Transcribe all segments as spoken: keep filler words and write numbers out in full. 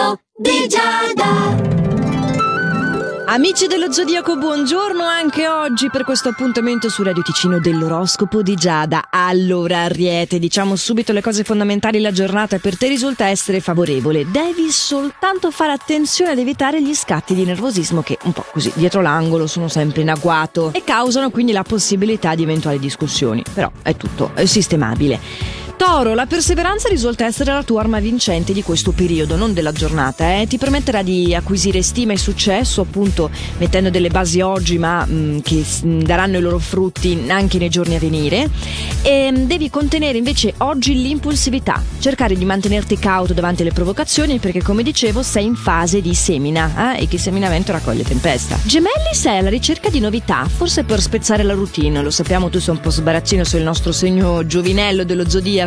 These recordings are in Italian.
L'oroscopo di Giada. Amici dello Zodiaco, buongiorno anche oggi per questo appuntamento su Radio Ticino dell'oroscopo di Giada. Allora, Ariete, diciamo subito le cose fondamentali. La giornata per te risulta essere favorevole. Devi soltanto fare attenzione ad evitare gli scatti di nervosismo che, un po' così, dietro l'angolo sono sempre in agguato e causano quindi la possibilità di eventuali discussioni. Però è tutto è sistemabile. Toro, la perseveranza risulta essere la tua arma vincente di questo periodo, non della giornata, eh? Ti permetterà di acquisire stima e successo, appunto mettendo delle basi oggi ma mh, che mh, daranno i loro frutti anche nei giorni a venire. E mh, devi contenere invece oggi l'impulsività, cercare di mantenerti cauto davanti alle provocazioni perché, come dicevo, sei in fase di semina, eh? E chi semina vento raccoglie tempesta. Gemelli, sei alla ricerca di novità, forse per spezzare la routine. Lo sappiamo, tu sei un po' sbarazzino, sei il nostro segno giovinello dello zodiaco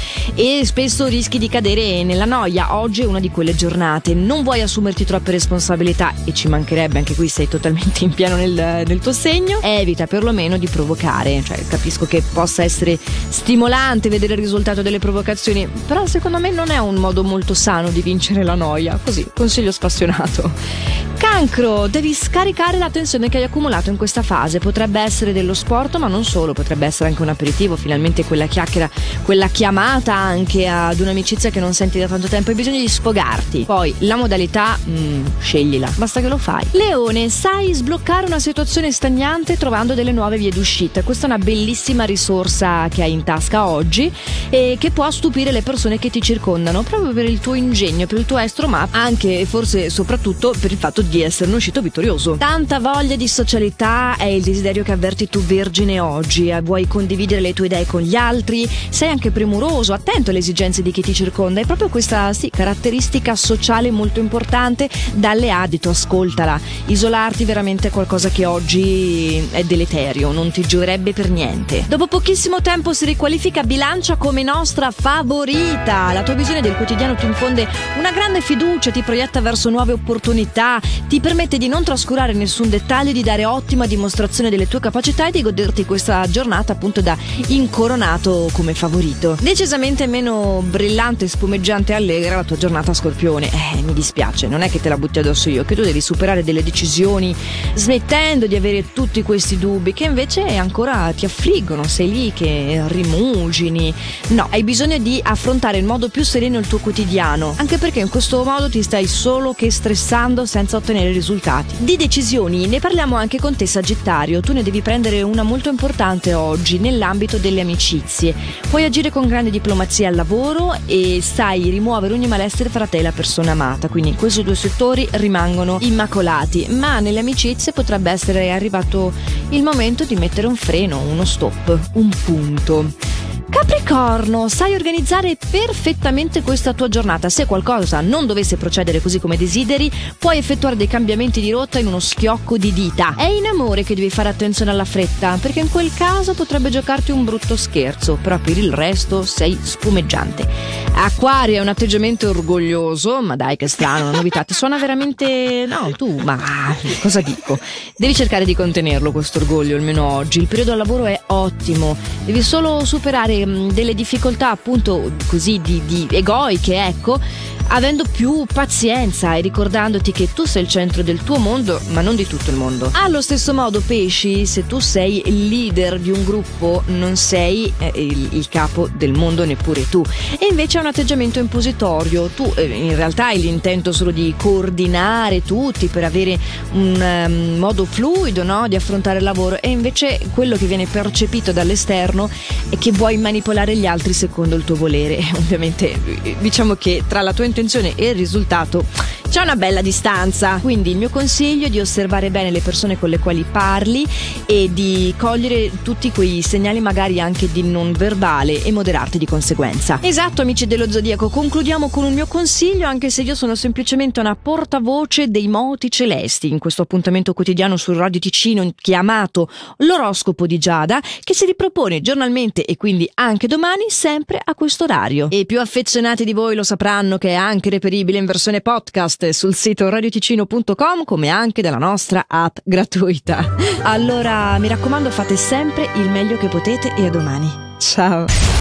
e spesso rischi di cadere nella noia. Oggi è una di quelle giornate, non vuoi assumerti troppe responsabilità e ci mancherebbe, anche qui sei totalmente in pieno nel, nel tuo segno. Evita perlomeno di provocare, cioè capisco che possa essere stimolante vedere il risultato delle provocazioni, però secondo me non è un modo molto sano di vincere la noia, così, consiglio spassionato. Cancro, devi scaricare la tensione che hai accumulato in questa fase, potrebbe essere dello sport ma non solo, potrebbe essere anche un aperitivo, finalmente quella chiacchiera, quella chiamata anche ad un'amicizia che non senti da tanto tempo, hai bisogno di sfogarti. Poi la modalità, mh, sceglila, basta che lo fai. Leone, sai sbloccare una situazione stagnante trovando delle nuove vie d'uscita, questa è una bellissima risorsa che hai in tasca oggi e che può stupire le persone che ti circondano proprio per il tuo ingegno, per il tuo estro, ma anche e forse soprattutto per il fatto di esserne uscito vittorioso. Tanta voglia di socialità è il desiderio che avverti tu, Vergine, oggi. Vuoi condividere le tue idee con gli altri, sei anche premuroso, attento alle esigenze di chi ti circonda, è proprio questa sì, caratteristica sociale molto importante. Dalle adito, ascoltala. Isolarti veramente è qualcosa che oggi è deleterio, non ti gioverebbe per niente. Dopo pochissimo tempo si riqualifica Bilancia come nostra favorita. La tua visione del quotidiano ti infonde una grande fiducia, ti proietta verso nuove opportunità, ti permette di non trascurare nessun dettaglio, di dare ottima dimostrazione delle tue capacità e di goderti questa giornata appunto da incoronato come favorito. Decisamente meno brillante, spumeggiante e allegra la tua giornata, Scorpione. Eh, mi dispiace, non è che te la butti addosso io, che tu devi superare delle decisioni smettendo di avere tutti questi dubbi che invece ancora ti affliggono, sei lì che rimugini. No, hai bisogno di affrontare in modo più sereno il tuo quotidiano, anche perché in questo modo ti stai solo che stressando senza ottenere risultati. Di decisioni ne parliamo anche con te, Sagittario, tu ne devi prendere una molto importante oggi nell'ambito delle amicizie. Puoi agire con grande diplomazia al lavoro e sai rimuovere ogni malessere fra te e la persona amata, quindi questi due settori rimangono immacolati, ma nelle amicizie potrebbe essere arrivato il momento di mettere un freno, uno stop, un punto. Capricorno, sai organizzare perfettamente questa tua giornata. Se qualcosa non dovesse procedere così come desideri, puoi effettuare dei cambiamenti di rotta in uno schiocco di dita. È in amore che devi fare attenzione alla fretta, perché in quel caso potrebbe giocarti un brutto scherzo, però per il resto sei spumeggiante. Acquario, è un atteggiamento orgoglioso, ma dai che strano, una novità, ti suona veramente... no, tu, ma cosa dico? Devi cercare di contenerlo questo orgoglio, almeno oggi. Il periodo al lavoro è ottimo, devi solo superare delle difficoltà appunto così di, di egoiche, ecco, avendo più pazienza e ricordandoti che tu sei il centro del tuo mondo ma non di tutto il mondo. Allo stesso modo, Pesci, se tu sei il leader di un gruppo non sei eh, il, il capo del mondo neppure tu, e invece è un atteggiamento impositorio. Tu eh, in realtà hai l'intento solo di coordinare tutti per avere un um, modo fluido, no, di affrontare il lavoro, e invece quello che viene percepito dall'esterno è che vuoi manipolare gli altri secondo il tuo volere. Ovviamente diciamo che tra la tua intenzione e il risultato c'è una bella distanza, quindi il mio consiglio è di osservare bene le persone con le quali parli e di cogliere tutti quei segnali magari anche di non verbale e moderarti di conseguenza. Esatto, amici dello Zodiaco, concludiamo con un mio consiglio, anche se io sono semplicemente una portavoce dei moti celesti in questo appuntamento quotidiano su Radio Ticino chiamato L'oroscopo di Giada, che si ripropone giornalmente e quindi anche domani sempre a questo orario. E i più affezionati di voi lo sapranno che è anche reperibile in versione podcast sul sito radioticino punto com, come anche dalla nostra app gratuita. Allora mi raccomando, fate sempre il meglio che potete e a domani. Ciao.